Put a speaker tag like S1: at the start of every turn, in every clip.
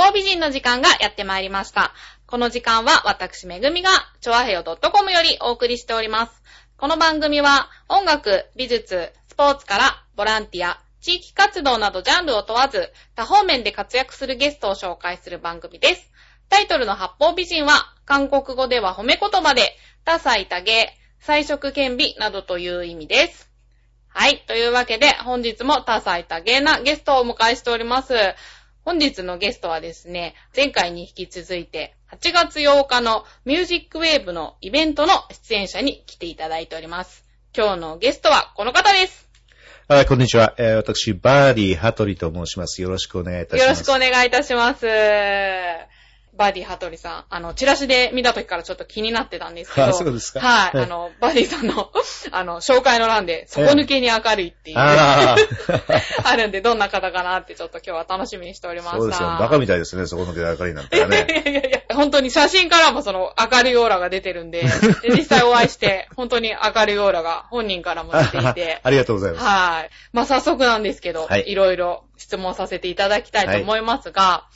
S1: 方美人の時間がやってまいりました。この時間は私めぐみがちょあへよ .com よりお送りしております。この番組は音楽、美術、スポーツからボランティア、地域活動などジャンルを問わず多方面で活躍するゲストを紹介する番組です。タイトルの八方美人は韓国語では褒め言葉で多彩多芸、彩色兼備などという意味です。はい。というわけで本日も多彩多芸なゲストをお迎えしております。本日のゲストはですね、前回に引き続いて8月8日のミュージックウェーブのイベントの出演者に来ていただいております。今日のゲストはこの方です。
S2: はい、こんにちは。私、バーディー・ハトリと申します。よろしくお願いいたします。
S1: よろしくお願いいたします。バーディー・ハトリさん、チラシで見た時からちょっと気になってたんですけど。
S2: あ、そうですか。
S1: はい。バーディーさんの、紹介の欄で、底抜けに明るいっていう、
S2: あ
S1: るんで、どんな方かなってちょっと今日は楽しみにしておりました。
S2: そうですよ。バカみたいですね、底抜けで明るいなんてね。
S1: いや、本当に写真からもその明るいオーラが出てるんで、実際お会いして、本当に明るいオーラが本人からも出ていて。
S2: ありがとうございます。
S1: はい。まあ、早速なんですけど、
S2: はい、
S1: いろいろ質問させていただきたいと思いますが、はい、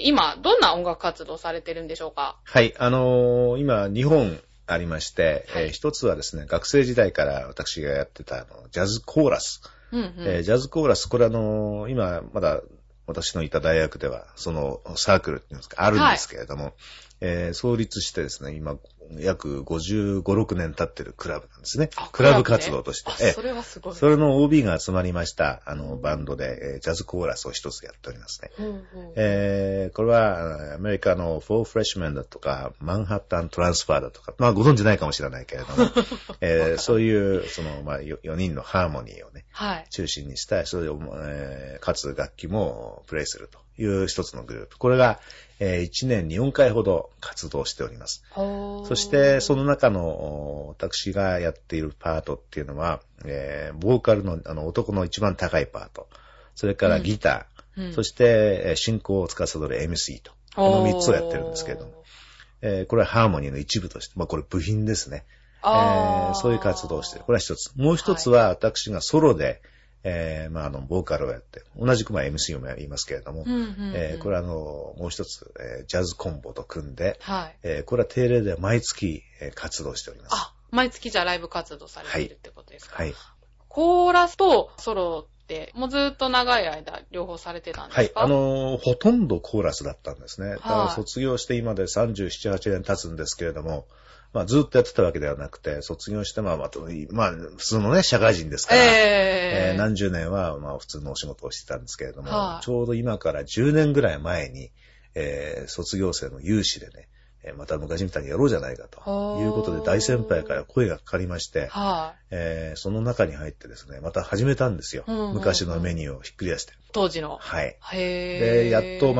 S1: 今、どんな音楽活動されてるんでしょうか？
S2: はい、今、2本ありまして、はい、一つはですね、学生時代から私がやってたジャズコーラス。ジャズコーラス、これ今、まだ私のいた大学では、そのサークルっていうんですか、あるんですけれども、はい、創立してですね、今、約55、6年経ってるクラブなんですね。クラブ活動として。
S1: それはすごい。
S2: それの OB が集まりました、バンドで、ジャズコーラスを一つやっておりますね。これは、アメリカのフォーフレッシュメンだとか、マンハッタントランスファーだとか、まあご存知ないかもしれないけれども、そういう、4人のハーモニーをね、はい、中心にした、そういう、かつ楽器もプレイするという一つのグループ。これが、1年に4回ほど活動しております。そして、その中の私がやっているパートっていうのは、ボーカルの男の一番高いパート、それからギター、そして進行を司る MC と、この3つをやってるんですけれども、これはハーモニーの一部として、まあこれ部品ですね。そういう活動をしている。これは一つ。もう一つは私がソロで、ボーカルをやって、同じくMC をやりますけれども、これはもう一つ、ジャズコンボと組んで、はい、これは定例で毎月、活動しております。
S1: あ、毎月じゃあライブ活動されているってことですか？
S2: はい。
S1: コーラスとソロって、もうずっと長い間両方されてたんですか？
S2: はい。ほとんどコーラスだったんですね。だから卒業して今で37、8年経つんですけれども、まあずっとやってたわけではなくて、卒業して普通のね、社会人ですから、何十年は普通のお仕事をしてたんですけれども、ちょうど今から10年ぐらい前に、卒業生の有志でね、また昔みたいにやろうじゃないかということで大先輩から声がかかりまして、その中に入ってですね、また始めたんですよ。昔のメニューをひっくり出して。
S1: 当時の。
S2: はい。で、やっと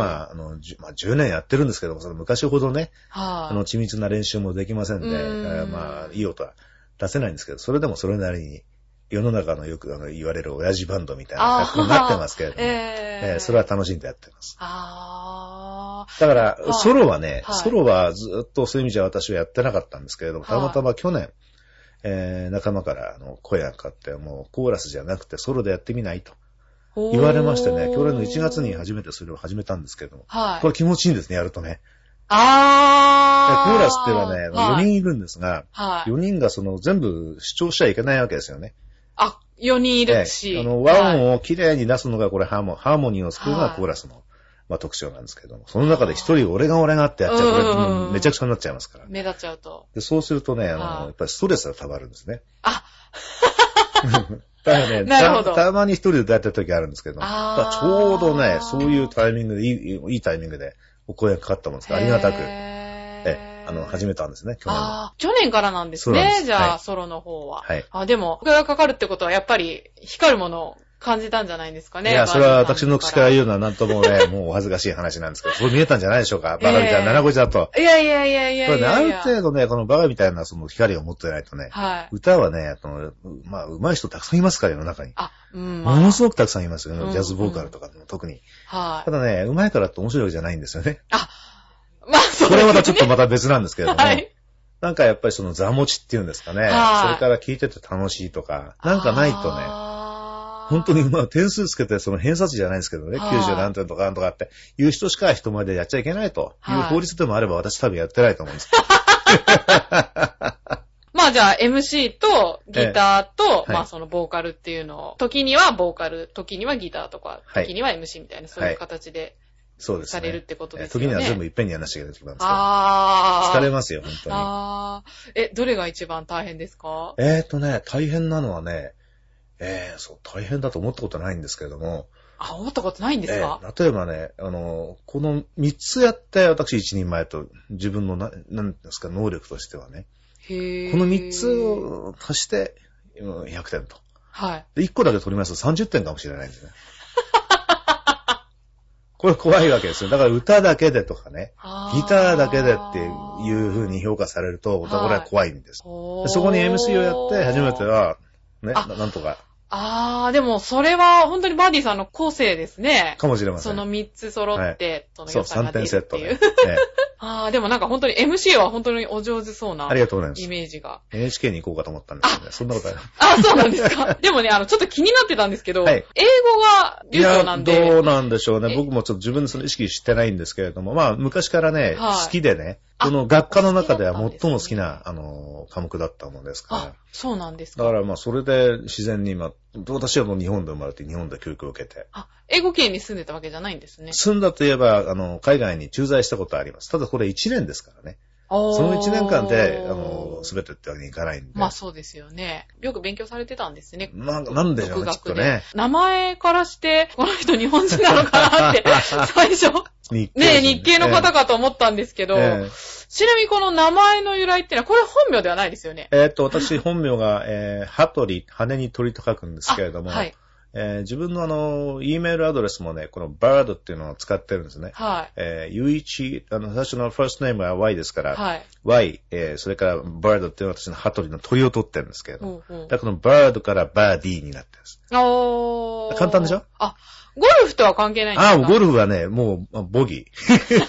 S2: 10年やってるんですけども、その昔ほどね、緻密な練習もできませんで、いい音は出せないんですけど、それでもそれなりに、世の中のよく言われる親父バンドみたいな格好になってますけれども、それは楽しんでやってます。だから、ソロはね、ソロはずっとそういう意味じゃ私はやってなかったんですけれども、たまたま去年、仲間から声がかかって、もうコーラスじゃなくてソロでやってみないと言われましてね、去年の1月に初めてそれを始めたんですけれども、これ気持ちいいんですね、やるとね。コーラスっていうのはね、4人いるんですが、4人が全部主張しちゃいけないわけですよね。
S1: あ、4人いるし。
S2: 和音をきれいに出すのがこれハーモニーを作るのがコーラスの。特徴なんですけども、その中で一人俺がってやっちゃうと、これめちゃくちゃになっちゃいますから。
S1: 目立っちゃうと。
S2: で、そうするとね、やっぱりストレスが溜まるんですね。だからね、たまに一人でやってる時あるんですけど、ちょうどね、そういうタイミングで、いいタイミングでお声がかかったもんですから、ありがたく、始めたんですね、
S1: 去年からなんですね、じゃあ、ソロの方は。でも、お声がかかるってことは、やっぱり、光るものを感じたんじゃないんですかね。
S2: いや、それは私の口から言うのはなんともね、もうお恥ずかしい話なんですけど、そう見えたんじゃないでしょうか。バカみたいな7個字だと。
S1: いや。
S2: これね、ある程度ね、このバカみたいなその光を持ってないとね、歌はね、上手い人たくさんいますから、世の中に。ものすごくたくさんいますよね、ジャズボーカルとか特に。ただね、上手いからって面白いわけじゃないんですよね。これはまたちょっとまた別なんですけれども。なんかやっぱり座持ちっていうんですかね。それから聴いてて楽しいとか、なんかないとね、 本当にまあ点数つけてその偏差値じゃないですけどね、90何点とかなんとかっていう人しか人前でやっちゃいけないという法律でもあれば私多分やってないと思うんです。
S1: まあじゃあ MC とギターと、まあそのボーカルっていうのを、時にはボーカル、時にはギターとか、時には MC みたいな、そういう形で、そうですね。されるってことですよね。
S2: 時には全部いっぺんにやらなきゃいけない時もあるんですけど。疲れますよ、本当に。
S1: どれが一番大変ですか？
S2: 大変なのはね、そう、大変だと思ったことないんですけれども。
S1: 思ったことないんですか？
S2: 例えばね、この3つやって私一人前と自分のなんですか、能力としてはね。この3つを足して100点と。はい。で、1個だけ取りますと30点かもしれないんですね。これ怖いわけですよ。だから歌だけでとかね、ギターだけでっていう風に評価されると、これは怖いんです。でそこに MC をやって初めては、ね、なんとか。
S1: でもそれは本当にバーディさんの個性ですね。
S2: かもしれません。
S1: その3つ揃って、
S2: その良さが出るっていう。そう、3点セットね。
S1: でもなんか本当に MC は本当にお上手そうな。
S2: ありがとうございます。
S1: イメージが。
S2: NHK に行こうかと思ったんですよね。そんなことある。
S1: そうなんですか。でもね、ちょっと気になってたんですけど、英語が流暢なんで。
S2: どうなんでしょうね。僕もちょっと自分でその意識してないんですけれども、まあ昔からね、好きでね、この学科の中では最も好きな、科目だったものですから。
S1: そうなんですか。
S2: だからまあそれで自然に私はもう日本で生まれて日本で教育を受けて。
S1: 英語圏に住んでたわけじゃないんですね。
S2: 住んだといえば、海外に駐在したことあります。ただこれ1年ですからね。その1年間で、すべてってわけにいかないんで。
S1: まあそうですよね。よく勉強されてたんですね。
S2: なんでしょうね、きっとね。
S1: 名前からして、この人日本人なのかなって、最初。日系の方かと思ったんですけど、ちなみにこの名前の由来ってのは、これ本名ではないですよね。
S2: 私本名が、羽鳥、羽に鳥と書くんですけれども、はい。自分のE メールアドレスもね、この bird っていうのを使ってるんですね。はい。ゆういち、最初の first name は Y ですから、はい。Y、それから bird っていうのは私の羽鳥の鳥を取ってるんですけれども、だからこの bird から birdie になってるんです。簡単でしょ？
S1: ゴルフとは関係ないんですか？
S2: ゴルフはね、もう、ボギー。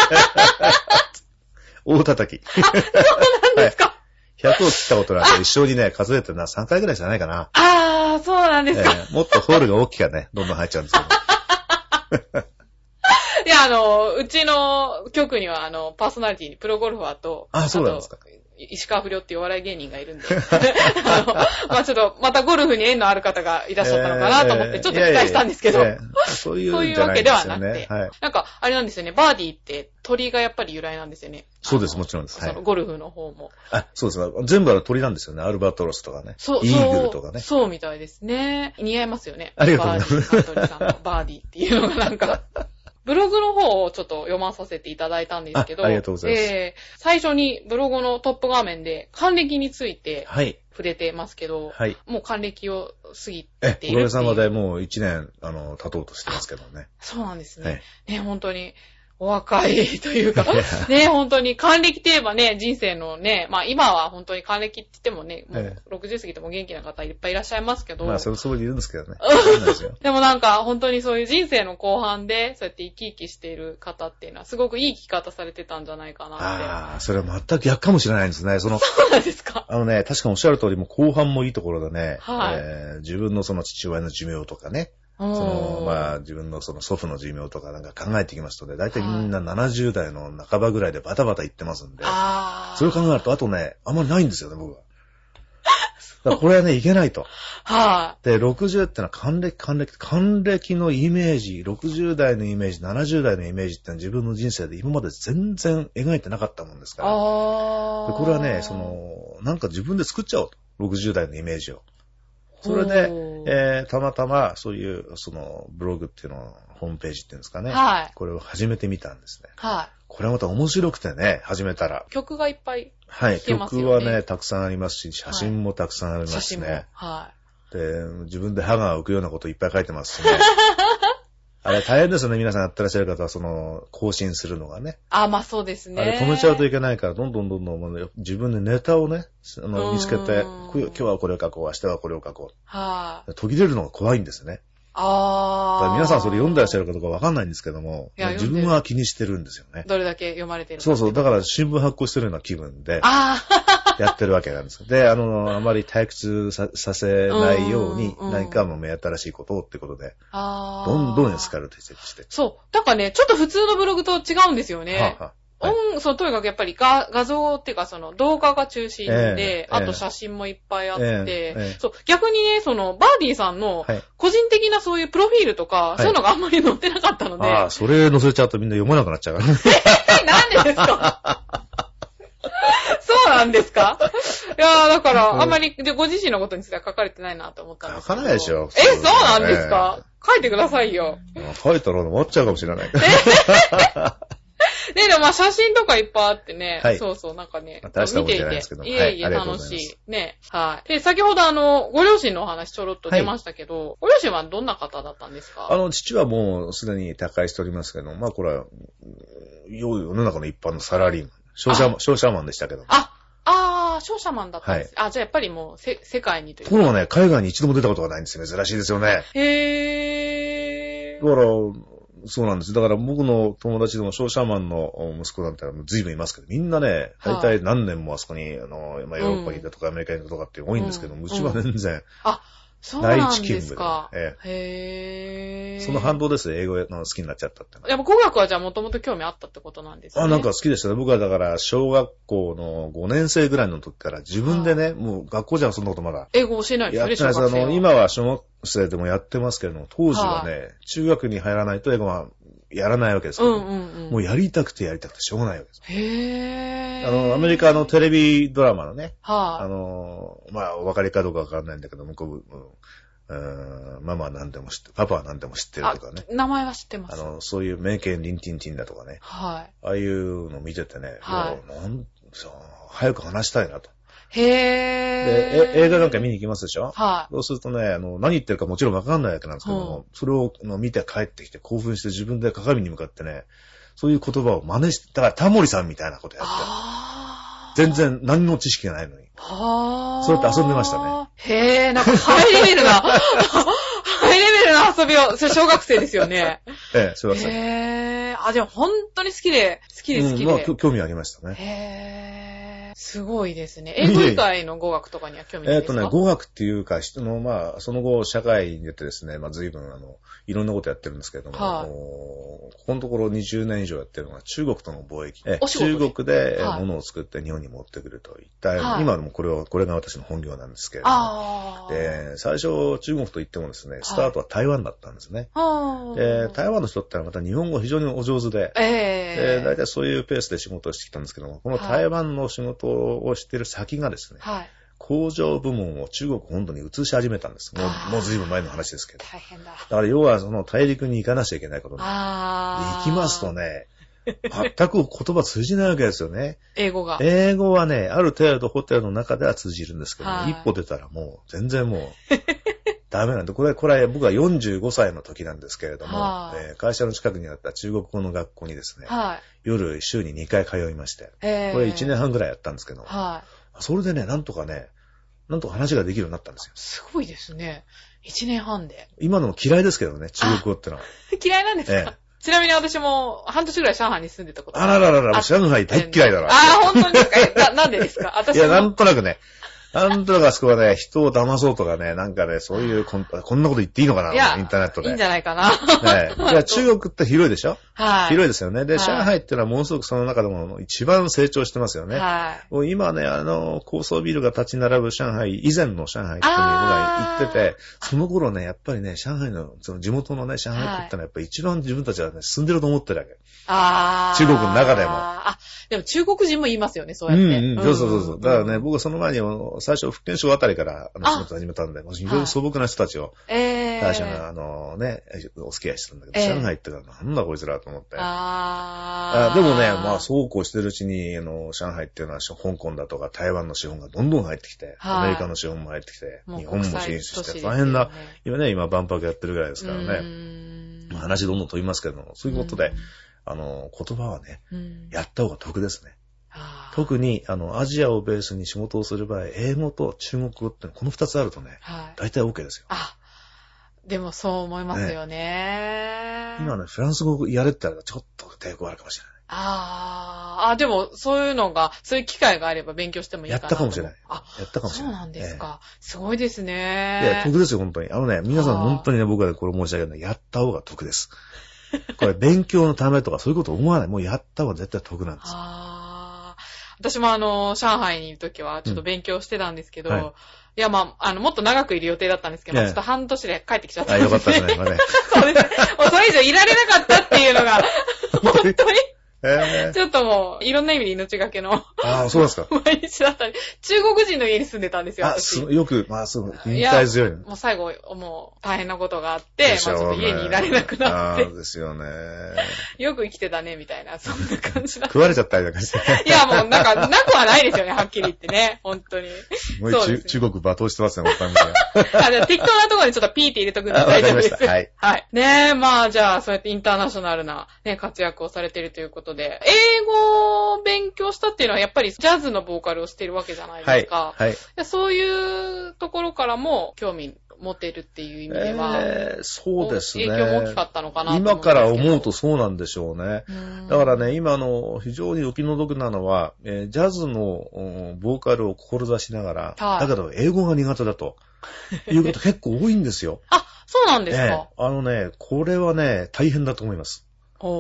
S2: 大叩き。
S1: そうなんですか。
S2: 100を切ったことなんて一生にね、数えてるのは3回ぐらいじゃないかな。
S1: そうなんですか。
S2: もっとホールが大きくね、どんどん入っちゃうんですけど。
S1: いや、うちの局には、パーソナリティにプロゴルファーと、
S2: そうなんですか。
S1: 石川不良っていうお笑い芸人がいるんで、まあちょっと、またゴルフに縁のある方がいらっしゃったのかなと思って、ちょっと期待したんですけど、
S2: そういう
S1: わけではなくて、なんか、あれなんですよね、バーディーって鳥がやっぱり由来なんですよね。
S2: そうです、もちろんです。
S1: そのゴルフの方も。
S2: そうです。全部鳥なんですよね。アルバトロスとかね。イーグルとかね。
S1: そうみたいですね。似合いますよね。
S2: ありがとうございます。
S1: バーディー、鳥さんのバーディーっていうのがなんか、ブログの方をちょっと読まさせていただいたんですけど、
S2: ありがとうございます。
S1: 最初にブログのトップ画面で還暦について触れてますけど、もう還暦を過ぎているっていう。
S2: おかげさまでもう1年経とうとしてますけどね。
S1: そうなんですね。ね、本当に。お若いというか、ね、本当に還暦って言えばね、人生のね、まあ今は本当に還暦って言ってもね、もう60過ぎても元気な方いっぱいいらっしゃいますけど。
S2: まあそのつもりで言うんですけどね。
S1: でもなんか本当にそういう人生の後半で、そうやって生き生きしている方っていうのは、すごくいい生き方されてたんじゃないかなって。
S2: それは全く逆かもしれないんですね。
S1: そうなんですか。
S2: 確かおっしゃる通りも後半もいいところでね、自分のその父親の寿命とかね、自分のその祖父の寿命とかなんか考えていきますとね、大体みんな70代の半ばぐらいでバタバタ言ってますんで、それを考えると、あとね、あんまりないんですよね、僕は。だからこれはね、いけないと。で、60ってのは還暦のイメージ、60代のイメージ、70代のイメージってのは自分の人生で今まで全然描いてなかったもんですから。でこれはね、なんか自分で作っちゃおうと。60代のイメージを。それで、たまたまそういう、ブログっていうのを、ホームページっていうんですかね。これを始めてみたんですね。これはまた面白くてね、始めたら。
S1: 曲がいっぱい聴けますよね。
S2: 曲はね、たくさんありますし、写真もたくさんありますしね。で、自分で歯が浮くようなこといっぱい書いてますしね。あれ大変ですよね、皆さんやってらっしゃる方は、更新するのがね。
S1: まあそうですね。
S2: あれ止めちゃうといけないから、どんどん自分でネタをね、見つけて、今日はこれを書こう、明日はこれを書こう。途切れるのが怖いんですね。だから皆さんそれ読んでらっしゃるかどうかわかんないんですけども、自分は気にしてるんですよね。
S1: どれだけ読まれてるか。
S2: そう、だから新聞発行してるような気分で。 やってるわけなんです。で、あまり退屈させないように、何かも目新しいことをってことで、どんどんエスカルテして。
S1: そう。だからね、ちょっと普通のブログと違うんですよね。とにかくやっぱり画像っていうか動画が中心で、あと写真もいっぱいあって、そう、逆にね、バーディーさんの個人的なそういうプロフィールとか、そういうのがあんまり載ってなかったので。
S2: ああ、それ載せちゃうとみんな読まなくなっちゃうからね。
S1: なんでですかそうなんですか？いやー、だから、あんまり、ご自身のことについては書かれてないなと思ったんですけど。
S2: 書かないでしょ。
S1: そうなんですか？書いてくださいよ。
S2: 書いたら終わっちゃうかもしれない。
S1: でも写真とかいっぱいあってね。そうそう、なんかね。
S2: 大したことじゃないですけど。
S1: いえいえ、楽しい。ね。はい。で、先ほどご両親のお話ちょろっと出ましたけど、ご両親はどんな方だったんですか？父
S2: はもうすでに他界しておりますけど、まあこれは、世の中の一般のサラリーマン。商社マンでしたけど。
S1: 商社マンだったんです。じゃあやっぱりもう、世界にというか。
S2: ところがね、海外に一度も出たことがないんですよ。珍しいですよね。
S1: へー。
S2: だから、そうなんです。だから僕の友達でも商社マンの息子なんて随分いますけど、みんなね、大体何年もあそこに、ヨーロッパにいたとかアメリカにいたとかって多いんですけども、うちは全然。
S1: そうなんですか。へー。
S2: その反動です英語の好きになっちゃったって。
S1: やっぱ語学はじゃあもともと興味あったってことなんですね。
S2: なんか好きでしたね。僕はだから小学校の5年生ぐらいの時から自分でね、もう学校じゃそんなことまだ。
S1: 英語教えないですよね、
S2: 小学生は。今は小学生でもやってますけども、当時はね、中学に入らないと英語はやらないわけですけど、もうやりたくてしょうがないわけです。
S1: へー。
S2: アメリカのテレビドラマのね、まあ、お分かりかどうかわかんないんだけども、ママは何でも知ってる、パパは何でも知ってるとかね。
S1: 名前は知ってます。
S2: そういう名犬リンティンティンだとかね。ああいうのを見ててね、早く話したいなと。
S1: へー。
S2: で、映画なんか見に行きますでしょ？そうするとね、何言ってるかもちろんわかんないわけなんですけども、それを見て帰ってきて興奮して自分で鏡に向かってね、そういう言葉を真似して、だからタモリさんみたいなことやって。全然何の知識がないのに。そうやって遊んでましたね。
S1: へー、なんかハイレベルな、ハイレベルな遊びを、それ小学生ですよね。
S2: 小学生。
S1: へー。でも本当に好きで。
S2: 興味ありましたね。
S1: へー。すごいですね。英語以外の語学とかには興味ないですか？
S2: 語学っていうか、その後、社会に出てですね、随分、いろんなことやってるんですけれども、ここのところ20年以上やってるのが中国との貿易。中国で物を作って日本に持ってくるといった、今でもこれが私の本業なんですけれども、で、最初中国と言ってもですね、スタートは台湾だったんですね。で、台湾の人ってのはまた日本語非常にお上手で、だいたいそういうペースで仕事をしてきたんですけども、この台湾の仕事をしている先がですね、工場部門を中国本土に移し始めたんです。もう随分前の話ですけど。
S1: 大変だ。
S2: だから要はその大陸に行かなきゃいけないことに行きますとね、全く言葉通じないわけですよね。
S1: 英語
S2: はね、ある程度ホテルの中では通じるんですけど、一歩出たらもう全然もうダメなんで、これ僕は45歳の時なんですけれども、会社の近くにあった中国語の学校にですね、夜週に2回通いまして、これ1年半ぐらいやったんですけど、それでね、なんとか話ができるようになったんですよ。
S1: すごいですね。1年半で。
S2: 今のも嫌いですけどね、中国語ってのは。
S1: 嫌いなんですか？ちなみに私も半年ぐらい上海に住んでたこと
S2: あららら、上海大嫌いだな。
S1: 本当にですか？なんでですか？私
S2: いや、なんとなくね、なんとなくあそこはね、人を騙そうとかね、なんかね、そういうこんなこと言っていいのかな、インターネットで。
S1: いいんじゃないかな。
S2: いや、中国って広いでしょ？広いですよね。で、上海ってのはものすごくその中でも一番成長してますよね。もう今ね、高層ビルが立ち並ぶ上海、以前の上海っていうのが行ってて、その頃ね、やっぱりね、上海の、その地元のね、上海って言ったらやっぱり一番自分たちはね、住んでると思ってるわけ。中国の中でも。
S1: でも中国人も言いますよね、そうやって。
S2: そう。だからね、僕はその前に最初、福建省あたりから仕事始めたんで、非常に素朴な人たちを、最初お付き合いしてたんだけど、上海ってなんだこいつらと思って。でもね、そうこうしてるうちに、上海っていうのは香港だとか台湾の資本がどんどん入ってきて、アメリカの資本も入ってきて、日本も進出して大変な、今万博やってるぐらいですからね。話どんどん飛びますけども、そういうことで、言葉はね、やった方が得ですね。特に、アジアをベースに仕事をする場合、英語と中国語ってこの2つあるとね、大体 OK ですよ。
S1: でもそう思いますよね。
S2: 今ね、フランス語やれって言ったらちょっと抵抗あるかもしれない。
S1: でも、そういうのが、そういう機会があれば勉強してもいいかな。
S2: やったかもしれない。
S1: あ、
S2: やったかもしれない。
S1: そうなんですか。すごいですね。
S2: いや、得ですよ、本当に。皆さん本当にね、僕はこれ申し上げるのは、やった方が得です。これ、勉強のためとかそういうこと思わない。もうやった方が絶対得なんです。
S1: 私も上海にいるときは、ちょっと勉強してたんですけど、いや、もっと長くいる予定だったんですけど、ちょっと半年で帰ってきちゃったんですね。
S2: よかったですね、今ね。
S1: そうですね。もうそれ以上いられなかったっていうのが、本当に。ちょっともう、いろんな意味で命がけの。
S2: そうですか。
S1: 毎日だったり、中国人の家に住んでたんですよ。
S2: よく、忍耐強い。
S1: もう最後、もう大変なことがあって、ちょっと家にいられなくなって。
S2: そうですよね。
S1: よく生きてたね、みたいな、そんな感じだ。
S2: 食われちゃったりなんかして。
S1: いや、もうなくはないですよね、はっきり言ってね。本当に。
S2: 中国罵倒してますね、おっさん
S1: が。適当なところにちょっとピーって入れとくんで大丈夫です。
S2: はい。
S1: はい。ねえ、じゃあ、そうやってインターナショナルな、ね、活躍をされているということで、英語を勉強したっていうのはやっぱりジャズのボーカルをしているわけじゃないですか。
S2: はい。
S1: そういうところからも興味持てるっていう意味では、
S2: そうですね。
S1: 影響も大きかったのかなと思
S2: 今から思うとそうなんでしょうね。だからね、今非常にお気の毒なのは、ジャズのボーカルを志しながら、だけど英語が苦手だということ結構多いんですよ。
S1: そうなんですか。
S2: これはね、大変だと思います。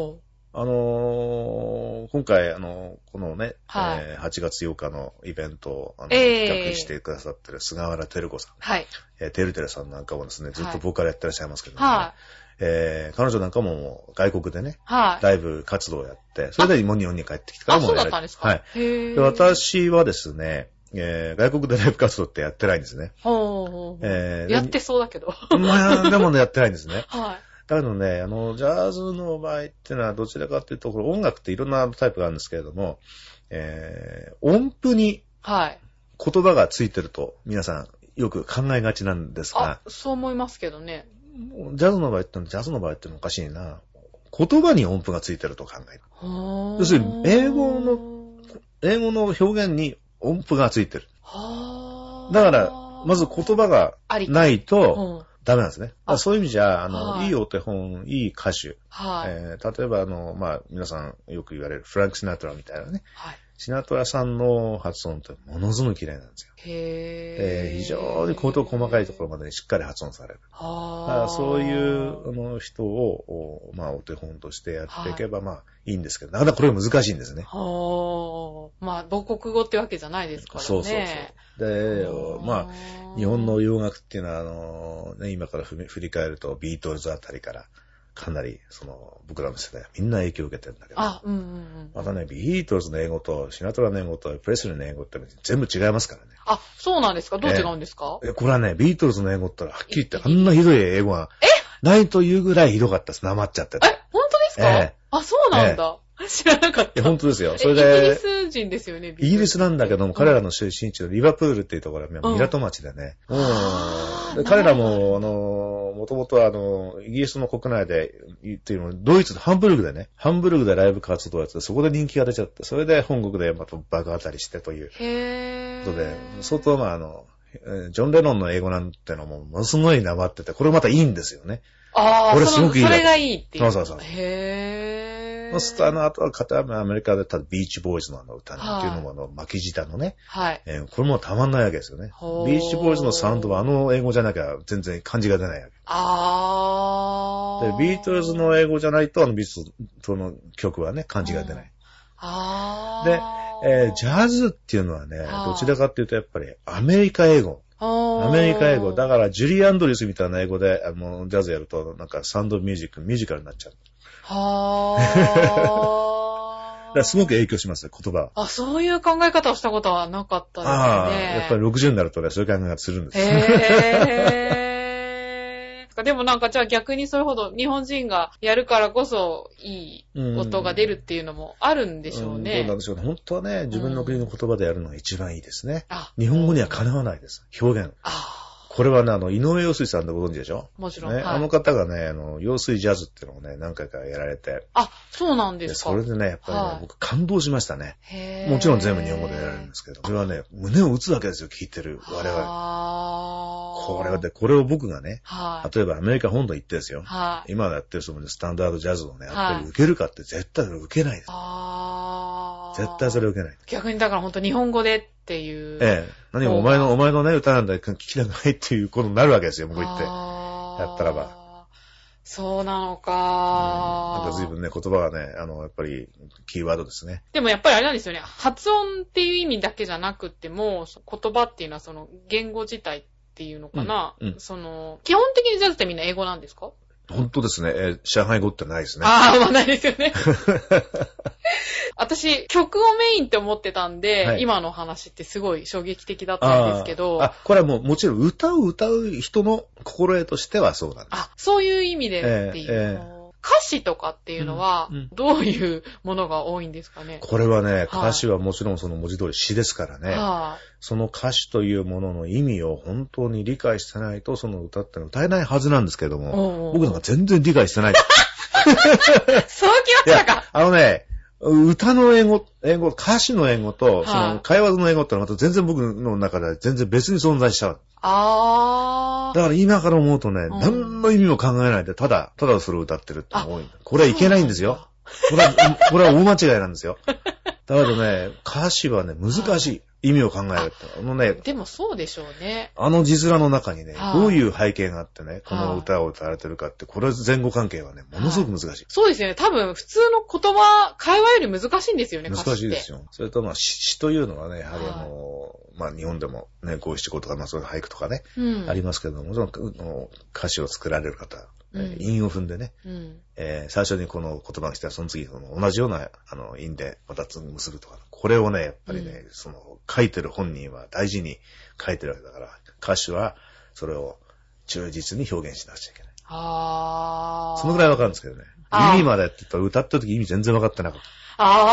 S2: 今回、このね、8月8日のイベントを企画してくださってる菅原照子さん。てるてるさんなんかもですね、ずっとボーカルやってらっしゃいますけどね。彼女なんかも外国でね、ライブ活動をやって、それで日本に帰ってきてからも
S1: そうだったんですか。
S2: はい。で、私はですね、外国でライブ活動ってやってないんですね。
S1: やってそうだけど。
S2: でもね、やってないんですね。
S1: はい。
S2: だけどね、ジャズの場合ってのはどちらかっていうと、音楽っていろんなタイプがあるんですけれども、音符に言葉がついてると皆さんよく考えがちなんですが。
S1: そう思いますけどね。
S2: ジャズの場合ってのおかしいな。言葉に音符がついてると考える。要するに、英語の表現に音符がついてる。だから、まず言葉がないと、ダメなんですね。そういう意味じゃ、いいお手本、いい歌手。例えば、皆さんよく言われるフランク・シナトラみたいなね。シナトラさんの発音ってものすごい綺麗なんですよ。非常に細かいところまでしっかり発音される。そういう人を、お手本としてやっていけば、いいんですけど、なかなかこれが難しいんですね。
S1: 母国語ってわけじゃないですからね。そう。
S2: で、日本の洋楽っていうのは、今から振り返ると、ビートルズあたりから、かなり、僕らの世代はみんな影響を受けてるんだけど。またね、ビートルズの英語と、シナトラの英語と、プレスリーの英語って全部違いますからね。
S1: そうなんですか？どう違うんですか？
S2: これはね、ビートルズの英語ってはっきり言って、あんなひどい英語が、ないというぐらいひどかったです。なまっちゃってて。
S1: 本当ですか？そうなんだ。知らなかった。
S2: 本当ですよ。それで、
S1: イギリス人ですよね、
S2: イギリスなんだけども、彼らの出身地のリバプールっていうところは港町でね。彼らも、もともとイギリスの国内で、っていうのドイツのハンブルグでライブ活動をやって、そこで人気が出ちゃって、それで本国でまた爆当たりしてという。ことで、相当ジョン・レノンの英語なんてのもものすごいなまってて、これまたいいんですよね。これすごくいい。
S1: それがいいっていう。
S2: そう。そうするとあとはアメリカでただビーチボーイズの歌っていうのも巻き舌のね。これもたまんないわけですよね。ビーチボーイズのサウンドは英語じゃなきゃ全然感じが出ないわけ。で、ビートルズの英語じゃないとビートルズの曲はね、感じが出ない。で、ジャズっていうのはね、どちらかっていうとやっぱりアメリカ英語。だからジュリー・アンドリュースみたいな英語でジャズやるとなんかサウンドミュージカルになっちゃう。だからすごく影響しますね、言葉は。
S1: そういう考え方をしたことはなかったですね。
S2: やっぱり60になるとね、そういう考え方するんです。
S1: でもなんかじゃあ逆にそれほど日本人がやるからこそいい音が出るっていうのもあるんでしょうね。
S2: そうなんでしょうね。本当はね、自分の国の言葉でやるのが一番いいですね。日本語にはかなわないです。表現。これはね、井上陽水さんでご存知でしょ？
S1: もちろん。
S2: ね、あの方がね、陽水ジャズっていうのをね、何回かやられて。
S1: そうなんですか。
S2: それでね、やっぱりね、僕感動しましたね。もちろん全部日本語でやられるんですけど、それはね、胸を打つわけですよ、聞いてる我々。これを僕がね、例えばアメリカ本土行ってですよ。今やってるそのスタンダードジャズをね、やっぱり受けるかって絶対受けないです。 絶対それを受けない。
S1: 逆にだから本当日本語でっていう。
S2: 何もお前のね、歌なんだ聞きたくないっていうことになるわけですよ、僕言って。やったらば。
S1: そうなのか。
S2: なんか随分ね、言葉がね、やっぱり、キーワードですね。
S1: でもやっぱりあれなんですよね。発音っていう意味だけじゃなくっても、言葉っていうのはその言語自体っていうのかな。基本的にジャズってみんな英語なんですか？
S2: 本当ですね。上海語ってないですね。
S1: まあないですよね。私、曲をメインって思ってたんで、今の話ってすごい衝撃的だったんですけど。
S2: これはもちろん歌を歌う人の心得としてはそうなんです。
S1: そういう意味でっていう。歌詞とかっていうのは、どういうものが多いんですかね？
S2: これはね、歌詞はもちろんその文字通り詩ですからね。その歌詞というものの意味を本当に理解してないと、その歌ってのは歌えないはずなんですけども、僕なんか全然理解してない。
S1: そうきましたか？
S2: 歌の英語、歌詞の英語と、その会話の英語ってのはまた全然僕の中では全然別に存在しちゃう。だから今から思うとね、何の意味も考えないで、ただそれを歌ってるってのが多い。これはいけないんですよ。これは大間違いなんですよ。だけどね、歌詞はね、難しい。意味を考えるって。
S1: でもそうでしょうね。
S2: 字面の中にね、どういう背景があってね、この歌を歌われてるかって、これ前後関係はね、ものすごく難しい。
S1: そうですよね。多分、普通の言葉、会話より難しいんですよね、
S2: 難しいですよ。それと詩というのはね、やはり日本でもね、五七五とか、そういう俳句とかね、ありますけども、その歌詞を作られる方、韻を踏んでね、最初にこの言葉が来たら、その次、同じような韻でまた結ぶとか、これをね、やっぱりね、書いてる本人は大事に書いてるわけだから、歌手はそれを忠実に表現しなくちゃいけない。そのぐらいわかるんですけどね。意味までって言ったら歌った時意味全然わかってなかった。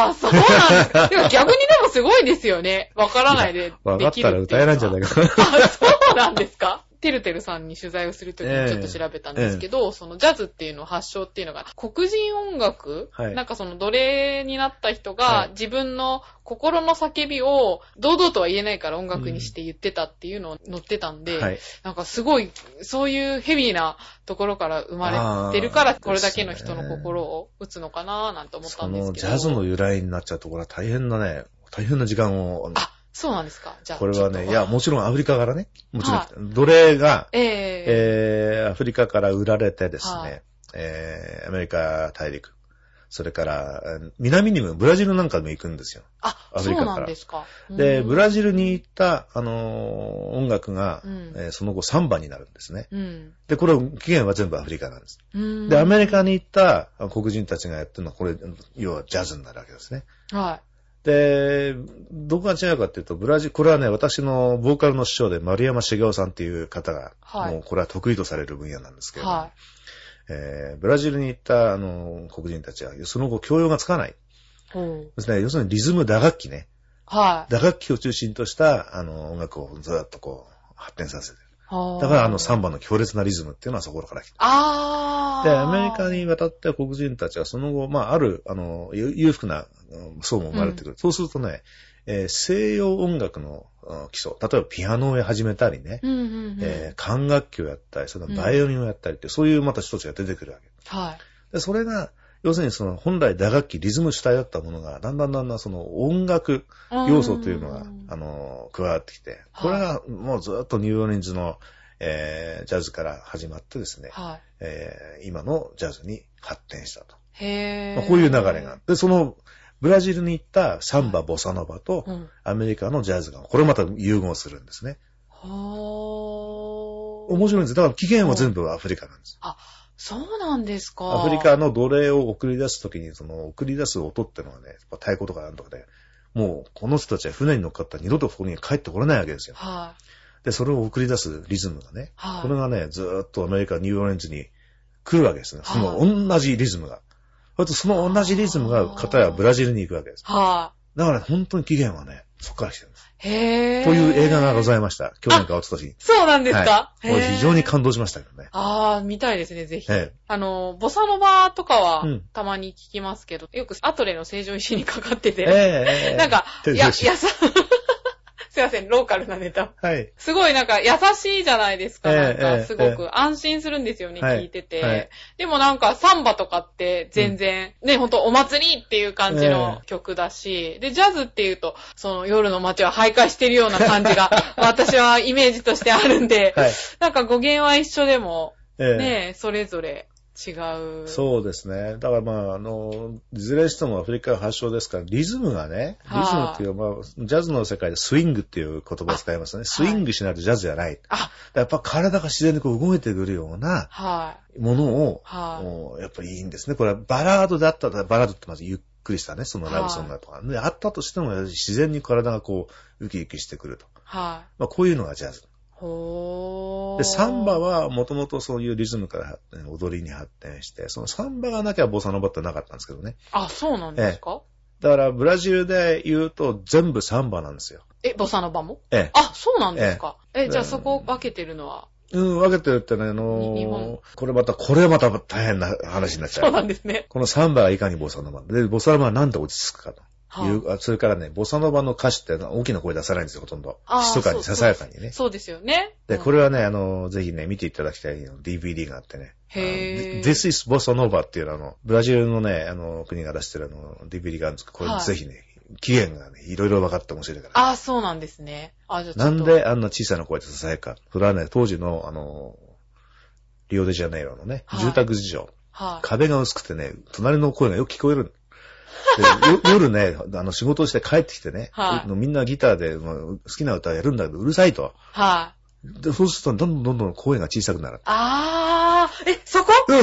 S1: そうなんですか。でも逆にでもすごいですよね。わからないでできるっていう。
S2: わかったら歌えないんじゃないかな。
S1: そうなんですか。てるてるさんに取材をするときにちょっと調べたんですけど、そのジャズっていうの発祥っていうのが黒人音楽、なんかその奴隷になった人が自分の心の叫びを堂々とは言えないから音楽にして言ってたっていうのを載ってたんで、なんかすごいそういうヘビーなところから生まれてるからこれだけの人の心を打つのかななんて思ったんですけど。
S2: そのジャズの由来になっちゃうところは大変な時間を。
S1: そうなんですか。じゃあ。
S2: これはね、もちろんアフリカからね、もちろん、奴隷が、アフリカから売られてですね、アメリカ大陸、それから、南にもブラジルなんかでも行くんですよ。アフリカから。そうなんですか。で、ブラジルに行った、音楽が、その後サンバになるんですね。で、これ、起源は全部アフリカなんです。で、アメリカに行った黒人たちがやってるのは、これ、要はジャズになるわけですね。で、どこが違うかっていうと、これはね、私のボーカルの師匠で丸山茂雄さんっていう方が、もうこれは得意とされる分野なんですけれども、ブラジルに行った黒人たちは、その後教養がつかない。ですね、要するにリズム打楽器ね。打楽器を中心とした音楽をずっと発展させてる。だからサンバの強烈なリズムっていうのはそこから来た。で、アメリカに渡った黒人たちはその後、ある、裕福な層も生まれてくる。そうするとね、西洋音楽の基礎、例えばピアノを始めたりね、管楽器をやったり、そのバイオリンをやったりって、そういうまた人たちが出てくるわけ。で、それが、要するに本来打楽器、リズム主体だったものが、だんだんその音楽要素というのが、加わってきて、これがもうずっとニューオーリンズの、ジャズから始まってですね、今のジャズに発展したと。こういう流れが。で、ブラジルに行ったサンバ、ボサノバと、アメリカのジャズが、これまた融合するんですね。面白いんです。だから起源は全部アフリカなんです。
S1: そうなんですか。
S2: アフリカの奴隷を送り出すときに、送り出す音ってのはね、太鼓とかなんとかで、もうこの人たちは船に乗っかったら二度とここに帰ってこれないわけですよ。で、それを送り出すリズムがね、これがね、ずーっとアメリカ、ニューオーレンズに来るわけですね。その同じリズムが。その同じリズムが、片やブラジルに行くわけです。だから本当に起源はね、そこから来てるんです。という映画がございました。去年か一昨年に。
S1: そうなんですか。
S2: これ非常に感動しましたけどね。
S1: 見たいですね、ぜひ。ボサノバとかはたまに聞きますけど、よくアトレの成城石にかかってて、なんか、 すいません、ローカルなネタ。
S2: はい。
S1: すごいなんか優しいじゃないですか。なんかすごく安心するんですよね、聞いてて。はい。でもなんかサンバとかって全然、ね、ほんとお祭りっていう感じの曲だし、で、ジャズっていうと、その夜の街は徘徊してるような感じが、私はイメージとしてあるんで、はい、なんか語源は一緒でも、ね、それぞれ、違う。
S2: そうですね。だからまあ、いずれにしてもアフリカ発祥ですから、リズムがね、リズムっていうまあ、ジャズの世界でスイングっていう言葉を使いますね。スイングしないとジャズじゃない。やっぱ体が自然にこう動いてくるようなものを、やっぱりいいんですね。これはバラードだったら、バラードってまずゆっくりしたね、そのラブソングとか。で、あったとしても自然に体がこう、ウキウキしてくると。まあ、こういうのがジャズ。で、サンバはもともとそういうリズムから踊りに発展して、そのサンバがなきゃボサノバってなかったんですけどね。
S1: あ、そうなんですか？
S2: だからブラジルで言うと全部サンバなんですよ。
S1: ボサノバも？あ、そうなんですか。じゃあそこを分けてるのは？
S2: 分けてるってね、これまた大変な話になっちゃう。
S1: そうなんですね。
S2: このサンバがいかにボサノバ。で、ボサノバはなんで落ち着くかと。それからね、ボサノバの歌手って大きな声出さないんですよ、ほとんど。密かに、ささやかにね。
S1: そうですよね。
S2: で、これはね、ぜひね、見ていただきたいの DVD があってね。This is Bossa Nova っていうブラジルのね、国が出してるDVD があるんですけど、これぜひね、起源がね、いろいろ分かって面白いから。
S1: そうなんですね。じゃあ
S2: なんであんな小さな声でささやか。それはね、当時のリオデジャネイロのね、住宅事情。壁が薄くてね、隣の声がよく聞こえる。夜ね、仕事をして帰ってきてね、みんなギターで好きな歌やるんだけど、うるさいと。で、そうすると、どんどん声が小さくなる。
S1: そこ？
S2: そう。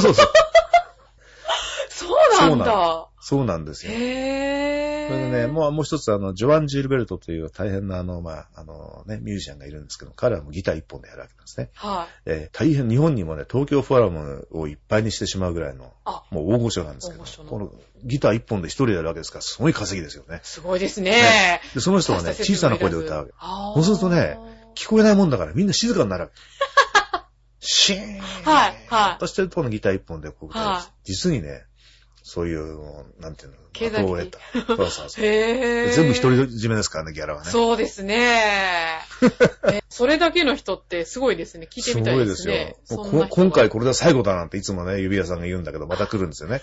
S1: そうなんだ。
S2: そうなんですよ。それでね、もう一つ、ジョアン・ジルベルトという大変な、ミュージシャンがいるんですけど、彼はもうギター一本でやるわけなんですね。大変、日本にもね、東京フォーラムをいっぱいにしてしまうぐらいの、もう大御所なんですけど、このギター一本で一人でやるわけですから、すごい稼ぎですよね。
S1: すごいですね。
S2: で、その人はね、小さな声で歌うわけ。そうするとね、聞こえないもんだからみんな静かになるわけ。シーンとしてるとこのギター一本でこう歌うんです。実にね、そういう、なんていうの、
S1: 経済的。
S2: そう。全部独り占めですからね、ギャラはね。
S1: そうですね。それだけの人ってすごいですね。聞いてみたいですね。
S2: すごいですよ。今回これで最後だなんていつもね、指輪さんが言うんだけど、また来るんですよね。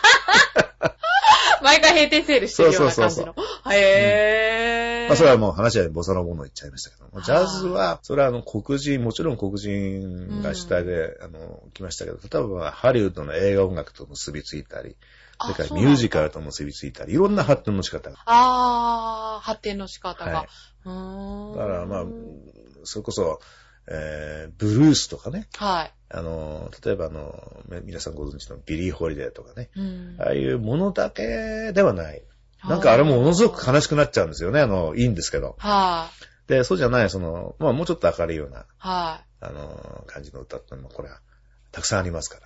S1: 毎回閉店セールしてるような感じの。
S2: それはもう話はボサノボの言っちゃいましたけども。ジャズは、それは黒人、もちろん黒人が主体で、来ましたけど、例えばハリウッドの映画音楽と結びついたり、それからミュージカルと結びついたり、いろんな発展の仕方が。
S1: 発展の仕方が。だ
S2: からまあ、それこそ、ブルースとかね。例えば皆さんご存知のビリー・ホリデーとかね。ああいうものだけではない。なんかあれものすごく悲しくなっちゃうんですよね。いいんですけど。で、そうじゃない、まあもうちょっと明るいような、感じの歌ってのもこれはたくさんありますから。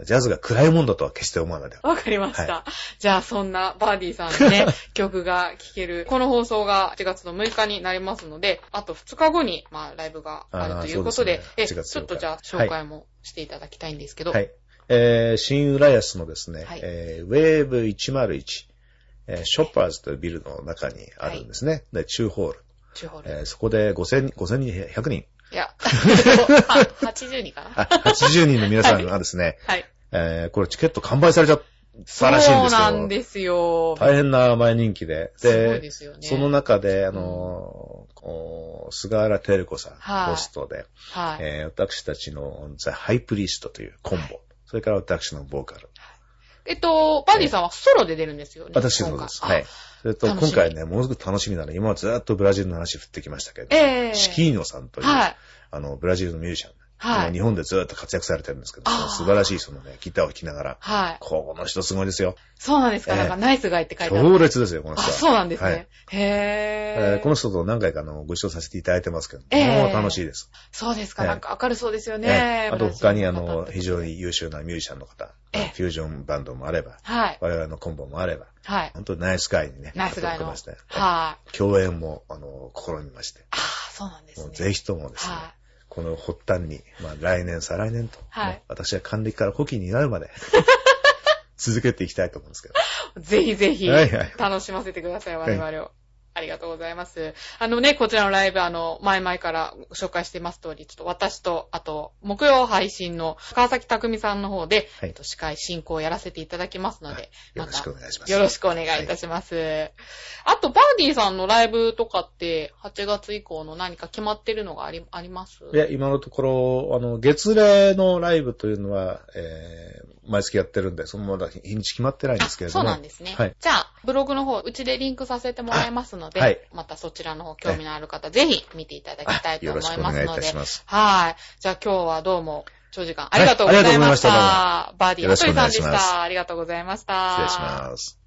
S2: ジャズが暗いもんだとは決して思わないで。
S1: わかりました。じゃあそんなバーディーさんのね、曲が聴ける。この放送が8月の6日になりますので、あと2日後に、ライブがあるということで、ちょっとじゃあ紹介もしていただきたいんですけど。
S2: 新浦安のですね、ウェーブ101、ショッパーズというビルの中にあるんですね。で、中ホール。そこで5000人、100人。
S1: いや、80人かな。
S2: 80人の皆さんがですね、これチケット完売されちゃったらしいんですよ。
S1: そうなんですよ。
S2: 大変な前人気で。
S1: で、
S2: その中で、菅原照子さん、ホストで、私たちのザ・ハイプリストというコンボ、それから私のボーカル。
S1: バーディーさんはソロで出るんですよね。
S2: 私そうです。それと、今回ね、ものすごく楽しみなのは、今はずっとブラジルの話振ってきましたけど、シキーノさんという、ブラジルのミュージシャン。日本でずっと活躍されてるんですけど、素晴らしいギターを弾きながら、この人すごいですよ。
S1: そうなんですか。なんかナイスガイって書いてある。
S2: 強烈ですよ、この人は。
S1: そうなんですね。
S2: この人と何回かご一緒させていただいてますけど、もう楽しいです。
S1: そうですか。なんか明るそうですよね。
S2: あと他に非常に優秀なミュージシャンの方、フュージョンバンドもあれば、我々のコンボもあれば、本当にナイスガイにね、
S1: ナイスガイの。
S2: 共演も試みまして。
S1: そうなんですね。
S2: ぜひともですね。この発端に、来年、再来年と、私は還暦から古希になるまで、続けていきたいと思うんですけど。
S1: ぜひぜひ、楽しませてください、我々を。 ありがとうございます。こちらのライブ、前々から紹介しています通り、ちょっと私と、あと、木曜配信の川崎匠さんの方で、はい、司会進行をやらせていただきますので、
S2: よろしくお願いします。
S1: よろしくお願いいたします。はい、あと、バーディーさんのライブとかって、8月以降の何か決まってるのがあります？
S2: いや、今のところ、月例のライブというのは、毎月やってるんで、そのまま日にち決まってないんですけれども。
S1: そうなんですね。はい。じゃあ、ブログの方、うちでリンクさせてもらいますので、はい、またそちらの方、興味のある方、ぜひ見ていただきたいと思いますので。よろしくお願いいたします。はい。じゃあ今日はどうも、長時間ありがとうございました。バーディー・アトリさんでした。ありがとうございました。
S2: 失礼します。